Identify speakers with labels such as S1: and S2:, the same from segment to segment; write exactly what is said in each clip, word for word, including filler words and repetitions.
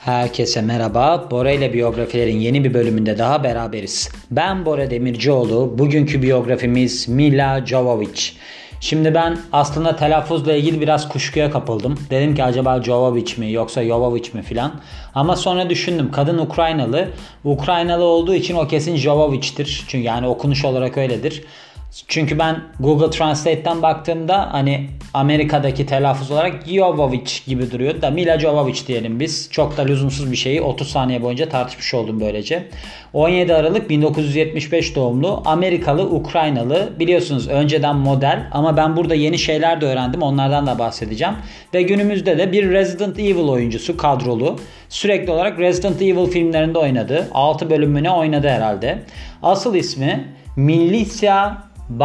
S1: Herkese merhaba. Bora ile biyografilerin yeni bir bölümünde daha beraberiz. Ben Bora Demircioğlu. Bugünkü biyografimiz Milla Jovovich. Şimdi ben aslında telaffuzla ilgili biraz kuşkuya kapıldım. Dedim ki acaba Jovovich mi yoksa Jovovich mi filan. Ama sonra düşündüm. Kadın Ukraynalı. Ukraynalı olduğu için o kesin Jovovich'tir. Çünkü yani okunuş olarak öyledir. Çünkü ben Google Translate'ten baktığımda hani Amerika'daki telaffuz olarak Jovovich gibi duruyor da Milla Jovovich diyelim biz. Çok da lüzumsuz bir şeyi otuz saniye boyunca tartışmış oldum böylece. on yedi Aralık bin dokuz yüz yetmiş beş doğumlu Amerikalı Ukraynalı, biliyorsunuz önceden model ama ben burada yeni şeyler de öğrendim, onlardan da bahsedeceğim. Ve günümüzde de bir Resident Evil oyuncusu, kadrolu. Sürekli olarak Resident Evil filmlerinde oynadı. altı bölümüne oynadı herhalde. Asıl ismi Milica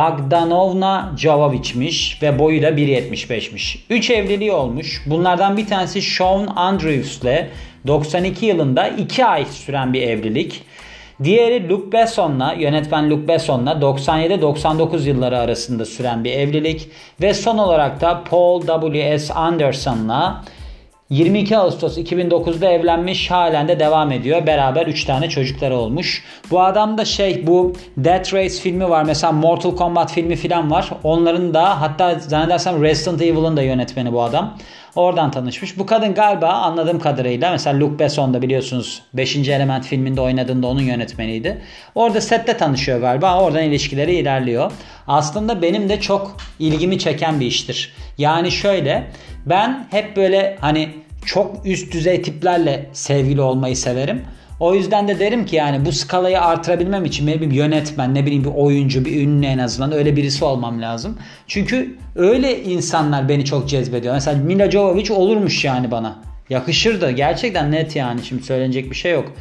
S1: Bogdanovna Jovovich'miş ve boyu da bir yetmiş beşmiş. üç evliliği olmuş. Bunlardan bir tanesi Shawn Andrews'le doksan iki yılında iki ay süren bir evlilik. Diğeri Luc Besson'la, yönetmen Luc Besson'la doksan yedi doksan dokuz yılları arasında süren bir evlilik. Ve son olarak da Paul W S Anderson'la yirmi iki Ağustos iki bin dokuzda evlenmiş, halen de devam ediyor. Beraber üç tane çocukları olmuş. Bu adam da şey, bu Death Race filmi var. Mesela Mortal Kombat filmi falan var. Onların da, hatta zannedersem Resident Evil'ın da yönetmeni bu adam. Oradan tanışmış. Bu kadın galiba anladığım kadarıyla mesela Luc Besson da biliyorsunuz beşinci Element filminde oynadığında onun yönetmeniydi. Orada sette tanışıyor galiba. Oradan ilişkileri ilerliyor. Aslında benim de çok ilgimi çeken bir iştir. Yani şöyle, ben hep böyle hani çok üst düzey tiplerle sevgili olmayı severim. O yüzden de derim ki yani bu skalayı artırabilmem için benim bir yönetmen, ne bileyim bir oyuncu, bir ünlü, en azından öyle birisi olmam lazım. Çünkü öyle insanlar beni çok cezbediyor. Mesela Milla Jovovich olurmuş yani bana. Yakışırdı. Gerçekten net yani. Şimdi söylenecek bir şey yok.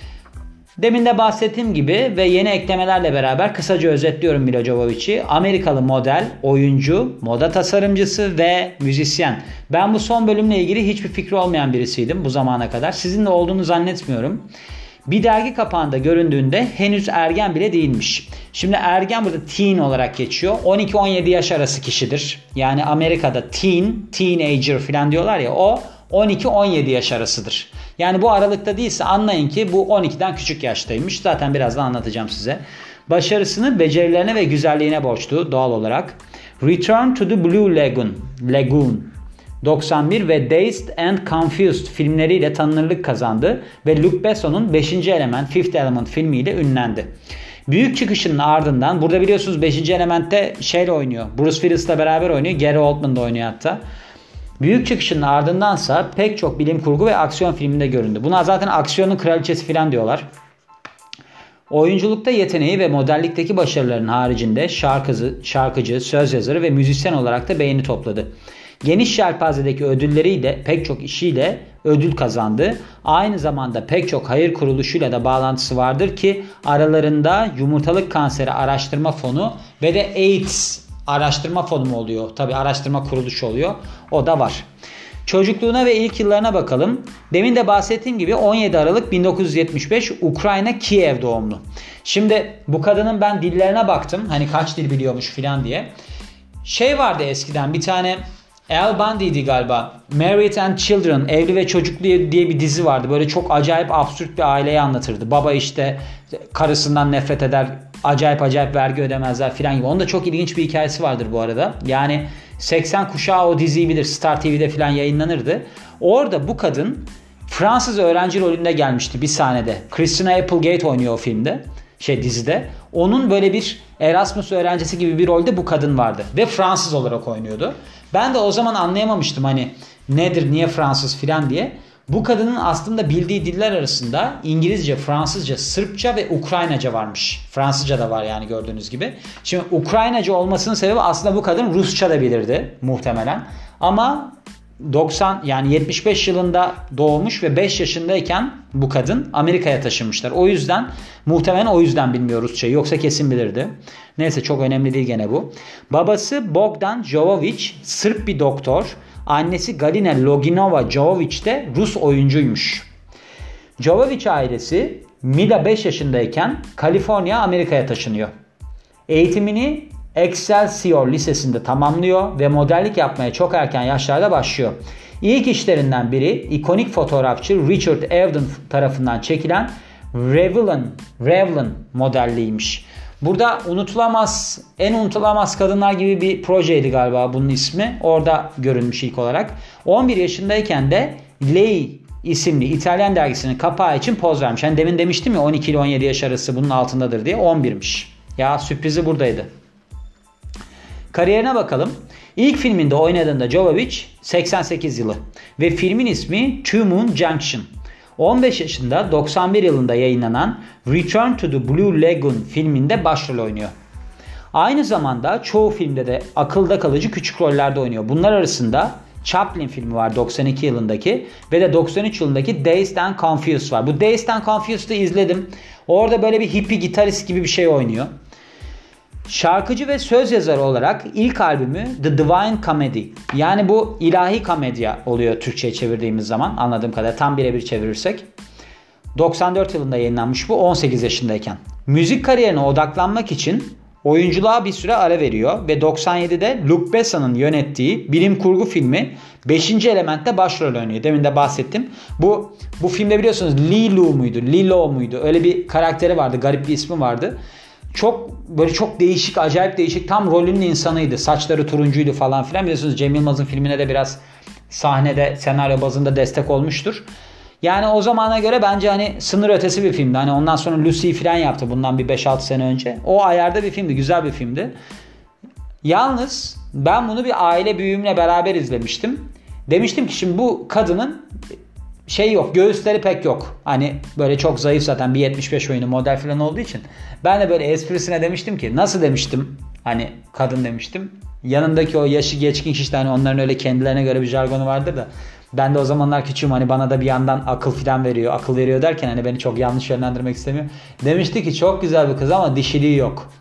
S1: Demin de bahsettiğim gibi ve yeni eklemelerle beraber kısaca özetliyorum Milla Jovovich'i. Amerikalı model, oyuncu, moda tasarımcısı ve müzisyen. Ben bu son bölümle ilgili hiçbir fikri olmayan birisiydim bu zamana kadar. Sizin de olduğunu zannetmiyorum. Bir dergi kapağında göründüğünde henüz ergen bile değilmiş. Şimdi ergen burada teen olarak geçiyor. on iki on yedi yaş arası kişidir. Yani Amerika'da teen, teenager falan diyorlar ya, o on iki on yedi yaş arasıdır. Yani bu aralıkta değilse anlayın ki bu on ikiden küçük yaştaymış. Zaten birazdan anlatacağım size. Başarısını becerilerine ve güzelliğine borçlu doğal olarak. Return to the Blue Lagoon, Lagoon doksan bir ve Dazed and Confused filmleriyle tanınırlık kazandı ve Luc Besson'un beşinci Element, Fifth Element filmiyle ünlendi. Büyük çıkışının ardından, burada biliyorsunuz beşinci Element'te şeyle oynuyor, Bruce Willis'le beraber oynuyor, Gary Oldman da oynuyor hatta. Büyük çıkışının ardındansa pek çok bilim kurgu ve aksiyon filminde göründü. Buna zaten aksiyonun kraliçesi falan diyorlar. Oyunculukta yeteneği ve modellikteki başarılarının haricinde şarkıcı, şarkıcı, söz yazarı ve müzisyen olarak da beğeni topladı. Geniş yelpazedeki ödülleriyle, pek çok işiyle ödül kazandı. Aynı zamanda pek çok hayır kuruluşuyla da bağlantısı vardır ki aralarında Yumurtalık Kanseri Araştırma Fonu ve de AIDS Araştırma Fonu mu oluyor? Tabii araştırma kuruluşu oluyor. O da var. Çocukluğuna ve ilk yıllarına bakalım. Demin de bahsettiğim gibi on yedi Aralık bin dokuz yüz yetmiş beş Ukrayna Kiev doğumlu. Şimdi bu kadının ben dillerine baktım. Hani kaç dil biliyormuş filan diye. Şey vardı eskiden bir tane, Al Bundy'di galiba. Married and Children, Evli ve Çocuklu diye bir dizi vardı. Böyle çok acayip absürt bir aileyi anlatırdı. Baba işte karısından nefret eder, acayip acayip vergi ödemezler filan gibi. Onun da çok ilginç bir hikayesi vardır bu arada. Yani seksen kuşağı o diziyi bilir. Star T V'de filan yayınlanırdı. Orada bu kadın Fransız öğrenci rolünde gelmişti bir sahnede. Christina Applegate oynuyor o filmde. Şey dizide. Onun böyle bir Erasmus öğrencisi gibi bir rolde bu kadın vardı. Ve Fransız olarak oynuyordu. Ben de o zaman anlayamamıştım hani nedir, niye Fransız filan diye. Bu kadının aslında bildiği diller arasında İngilizce, Fransızca, Sırpça ve Ukraynaca varmış. Fransızca da var yani gördüğünüz gibi. Şimdi Ukraynaca olmasının sebebi aslında bu kadın Rusça da bilirdi muhtemelen. Ama doksan yani yetmiş beş yılında doğmuş ve beş yaşındayken bu kadın Amerika'ya taşınmışlar. O yüzden muhtemelen o yüzden bilmiyor Rusçayı, yoksa kesin bilirdi. Neyse, çok önemli değil gene bu. Babası Bogdan Jovovich Sırp bir doktor. Annesi Galina Loginova Jovovich de Rus oyuncuymuş. Jovovich ailesi Milla beş yaşındayken Kaliforniya, Amerika'ya taşınıyor. Eğitimini Excelsior Lisesi'nde tamamlıyor ve modellik yapmaya çok erken yaşlarda başlıyor. İlk işlerinden biri ikonik fotoğrafçı Richard Avedon tarafından çekilen Revlon, Revlon modelliymiş. Burada unutulamaz, en unutulamaz kadınlar gibi bir projeydi galiba bunun ismi. Orada görünmüş ilk olarak. on bir yaşındayken de Lei isimli İtalyan dergisinin kapağı için poz vermiş. Hani demin demiştim ya on iki ile on yedi yaş arası bunun altındadır diye, on birmiş. Ya sürprizi buradaydı. Kariyerine bakalım. İlk filminde oynadığında Jovovich seksen sekiz yılı ve filmin ismi Two Moon Junction. on beş yaşında doksan bir yılında yayınlanan Return to the Blue Lagoon filminde başrol oynuyor. Aynı zamanda çoğu filmde de akılda kalıcı küçük rollerde oynuyor. Bunlar arasında Chaplin filmi var doksan iki yılındaki ve de doksan üç yılındaki Dazed and Confused var. Bu Dazed and Confused'ı izledim. Orada böyle bir hippie gitarist gibi bir şey oynuyor. Şarkıcı ve söz yazarı olarak ilk albümü The Divine Comedy, yani bu ilahi komedya oluyor Türkçe'ye çevirdiğimiz zaman, anladığım kadarıyla tam birebir çevirirsek. doksan dört yılında yayınlanmış bu, on sekiz yaşındayken. Müzik kariyerine odaklanmak için oyunculuğa bir süre ara veriyor ve doksan yedide Luc Besson'ın yönettiği bilim kurgu filmi beşinci Element'te başrol oynuyor. Demin de bahsettim. Bu bu filmde biliyorsunuz Lilo muydu? Lilo muydu? Öyle bir karakteri vardı. Garip bir ismi vardı. Çok böyle çok değişik, acayip değişik. Tam rolünün insanıydı. Saçları turuncuydu falan filan. Biliyorsunuz Cem Yılmaz'ın filmine de biraz sahnede, senaryo bazında destek olmuştur. Yani o zamana göre bence hani sınır ötesi bir filmdi. Hani ondan sonra Lucy falan yaptı bundan bir beş altı sene önce. O ayarda bir filmdi. Güzel bir filmdi. Yalnız ben bunu bir aile büyüğümle beraber izlemiştim. Demiştim ki şimdi bu kadının şey yok, göğüsleri pek yok. Hani böyle çok zayıf zaten, bir yetmiş beş oyunu model falan olduğu için. Ben de böyle esprisine demiştim ki, nasıl demiştim, hani kadın demiştim. Yanındaki o yaşı geçkin kişi, hani onların öyle kendilerine göre bir jargonu vardır da. Ben de o zamanlar küçüğüm, hani bana da bir yandan akıl filan veriyor. Akıl veriyor derken hani beni çok yanlış yönlendirmek istemiyor. Demişti ki çok güzel bir kız ama dişiliği yok.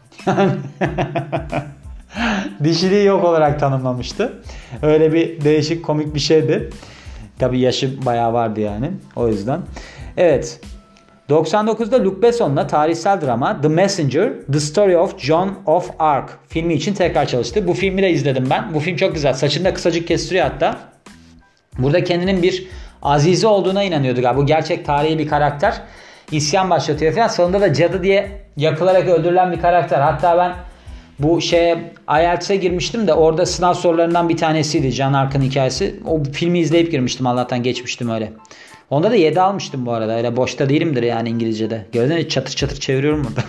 S1: Dişiliği yok olarak tanımlamıştı. Öyle bir değişik, komik bir şeydi. Tabii yaşı bayağı vardı yani. O yüzden. Evet. doksan dokuzda Luc Besson'la tarihsel drama The Messenger, The Story of Joan of Arc filmi için tekrar çalıştı. Bu filmi de izledim ben. Bu film çok güzel. Saçını da kısacık kestiriyor hatta. Burada kendinin bir azize olduğuna inanıyordu galiba. Bu gerçek tarihi bir karakter. İsyan başlatıyor falan. Sonunda da cadı diye yakılarak öldürülen bir karakter. Hatta ben bu şeye I E L T S'e girmiştim de orada sınav sorularından bir tanesiydi Jeanne Arc'ın hikayesi. O filmi izleyip girmiştim. Allah'tan geçmiştim öyle. Onda da yedi almıştım bu arada. Öyle boşta değilimdir yani İngilizce'de. Gördün mü? Çatır çatır çeviriyorum burada.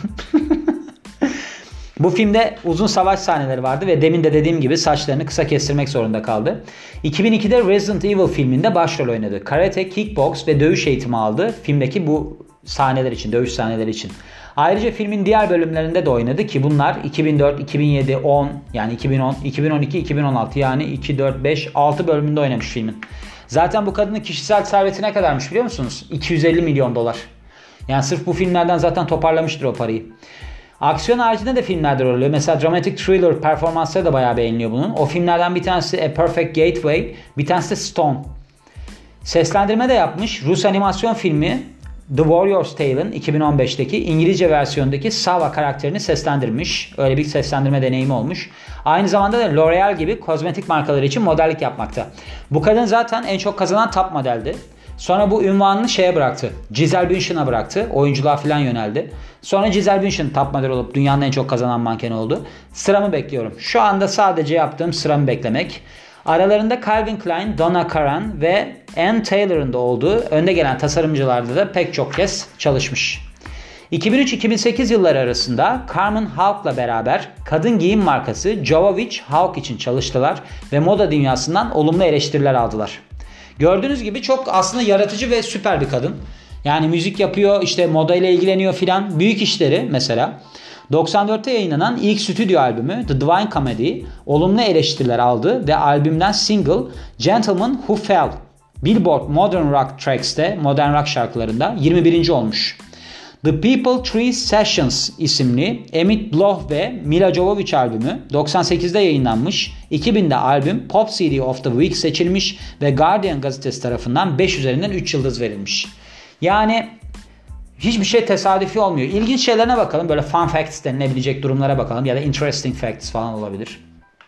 S1: Bu filmde uzun savaş sahneleri vardı ve demin de dediğim gibi saçlarını kısa kestirmek zorunda kaldı. iki bin ikide Resident Evil filminde başrol oynadı. Karate, kickbox ve dövüş eğitimi aldı filmdeki bu sahneler için, dövüş sahneleri için. Ayrıca filmin diğer bölümlerinde de oynadı ki bunlar iki bin dört, iki bin yedi, on yani iki bin on, iki bin on iki, iki bin on altı yani iki, dört, beş, altı bölümünde oynamış filmin. Zaten bu kadının kişisel serveti ne kadarmış biliyor musunuz? iki yüz elli milyon dolar. Yani sırf bu filmlerden zaten toparlamıştır o parayı. Aksiyon haricinde de filmlerde rol alıyor. Mesela dramatic thriller performansları da bayağı beğeniliyor bunun. O filmlerden bir tanesi A Perfect Gateway, bir tanesi de Stone. Seslendirme de yapmış. Rus animasyon filmi The Warrior's Tale'ın iki bin on beşteki İngilizce versiyondaki Sava karakterini seslendirmiş. Öyle bir seslendirme deneyimi olmuş. Aynı zamanda da L'Oreal gibi kozmetik markaları için modellik yapmakta. Bu kadın zaten en çok kazanan top modeldi. Sonra bu ünvanını şeye bıraktı. Gisele Bündchen'a bıraktı. Oyunculuğa falan yöneldi. Sonra Gisele Bündchen top model olup dünyanın en çok kazanan mankeni oldu. Sıramı bekliyorum. Şu anda sadece yaptığım sıramı beklemek. Aralarında Calvin Klein, Donna Karan ve Ann Taylor'ın da olduğu önde gelen tasarımcılarda da pek çok kez çalışmış. iki bin üç iki bin sekiz yılları arasında Carmen Hawk'la beraber kadın giyim markası Jovovich Hawk için çalıştılar ve moda dünyasından olumlu eleştiriler aldılar. Gördüğünüz gibi çok aslında yaratıcı ve süper bir kadın. Yani müzik yapıyor, işte moda ile ilgileniyor filan. Büyük işleri mesela. doksan dörtte yayınlanan ilk stüdyo albümü The Divine Comedy olumlu eleştiriler aldı ve albümden single Gentleman Who Fell Billboard Modern Rock Tracks'te, modern rock şarkılarında yirmi birinci olmuş. The People Tree Sessions isimli Emmett Bloch ve Mila Jovovich albümü doksan sekizde yayınlanmış. iki binde albüm Pop C D of the Week seçilmiş ve Guardian gazetesi tarafından beş üzerinden üç yıldız verilmiş. Yani hiçbir şey tesadüfi olmuyor. İlginç şeylerine bakalım. Böyle fun facts denilebilecek durumlara bakalım. Ya da interesting facts falan olabilir.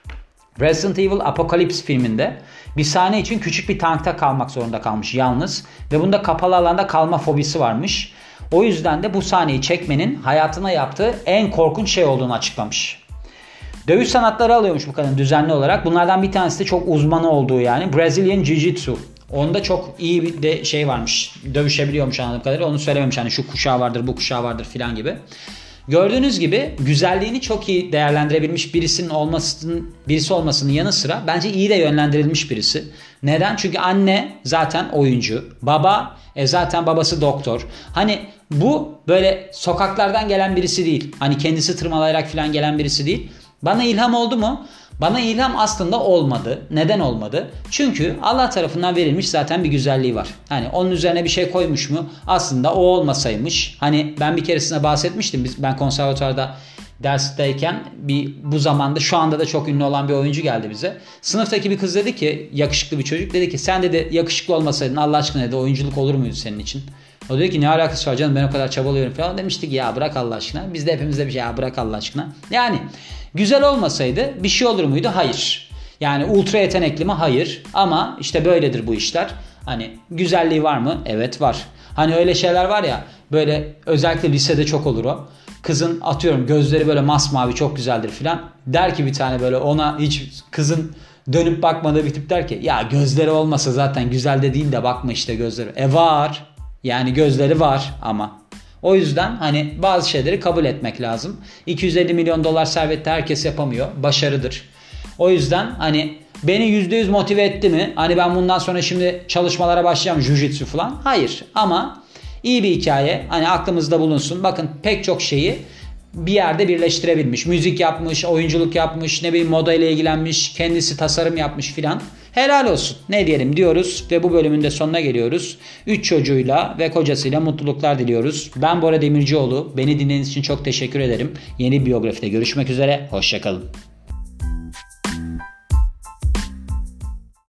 S1: Resident Evil Apocalypse filminde bir sahne için küçük bir tankta kalmak zorunda kalmış yalnız. Ve bunda kapalı alanda kalma fobisi varmış. O yüzden de bu sahneyi çekmenin hayatına yaptığı en korkunç şey olduğunu açıklamış. Dövüş sanatları alıyormuş bu kadın düzenli olarak. Bunlardan bir tanesi de çok uzmanı olduğu yani Brazilian Jiu-Jitsu. Onda çok iyi bir de şey varmış. Dövüşebiliyormuş anladığım kadarıyla. Onu söylememiş hani şu kuşağı vardır, bu kuşağı vardır filan gibi. Gördüğünüz gibi güzelliğini çok iyi değerlendirebilmiş birisinin olmasının, birisi olmasının yanı sıra bence iyi de yönlendirilmiş birisi. Neden? Çünkü anne zaten oyuncu. Baba e zaten babası doktor. Hani bu böyle sokaklardan gelen birisi değil. Hani kendisi tırmalayarak falan gelen birisi değil. Bana ilham oldu mu? Bana ilham aslında olmadı. Neden olmadı? Çünkü Allah tarafından verilmiş zaten bir güzelliği var. Hani onun üzerine bir şey koymuş mu? Aslında o olmasaymış. Hani ben bir keresinde bahsetmiştim. Biz, ben konservatuvarda dersteyken bir bu zamanda şu anda da çok ünlü olan bir oyuncu geldi bize. Sınıftaki bir kız dedi ki, yakışıklı bir çocuk dedi ki sen dedi yakışıklı olmasaydın Allah aşkına dedi oyunculuk olur muydu senin için? O dedi ki ne alakası var canım ben o kadar çabalıyorum falan. Demiştik ya bırak Allah aşkına. Biz de hepimizde bir şey ya bırak Allah aşkına. Yani güzel olmasaydı bir şey olur muydu? Hayır. Yani ultra yetenekli mi? Hayır. Ama işte böyledir bu işler. Hani güzelliği var mı? Evet var. Hani öyle şeyler var ya böyle özellikle lisede çok olur o. Kızın atıyorum gözleri böyle masmavi çok güzeldir filan. Der ki bir tane böyle ona hiç kızın dönüp bakmadığı bir tip der ki ya gözleri olmasa zaten güzel de değil de bakma işte gözleri. E var. Yani gözleri var ama. O yüzden hani bazı şeyleri kabul etmek lazım. iki yüz elli milyon dolar servette herkes yapamıyor. Başarıdır. O yüzden hani beni yüzde yüz motive etti mi? Hani ben bundan sonra şimdi çalışmalara başlayacağım jiu-jitsu falan. Hayır ama iyi bir hikaye. Hani aklımızda bulunsun. Bakın pek çok şeyi bir yerde birleştirebilmiş. Müzik yapmış, oyunculuk yapmış, ne bileyim moda ile ilgilenmiş, kendisi tasarım yapmış filan. Helal olsun. Ne diyelim diyoruz ve bu bölümün de sonuna geliyoruz. üç çocuğuyla ve kocasıyla mutluluklar diliyoruz. Ben Bora Demircioğlu. Beni dinlediğiniz için çok teşekkür ederim. Yeni bir biyografide görüşmek üzere. Hoşça kalın.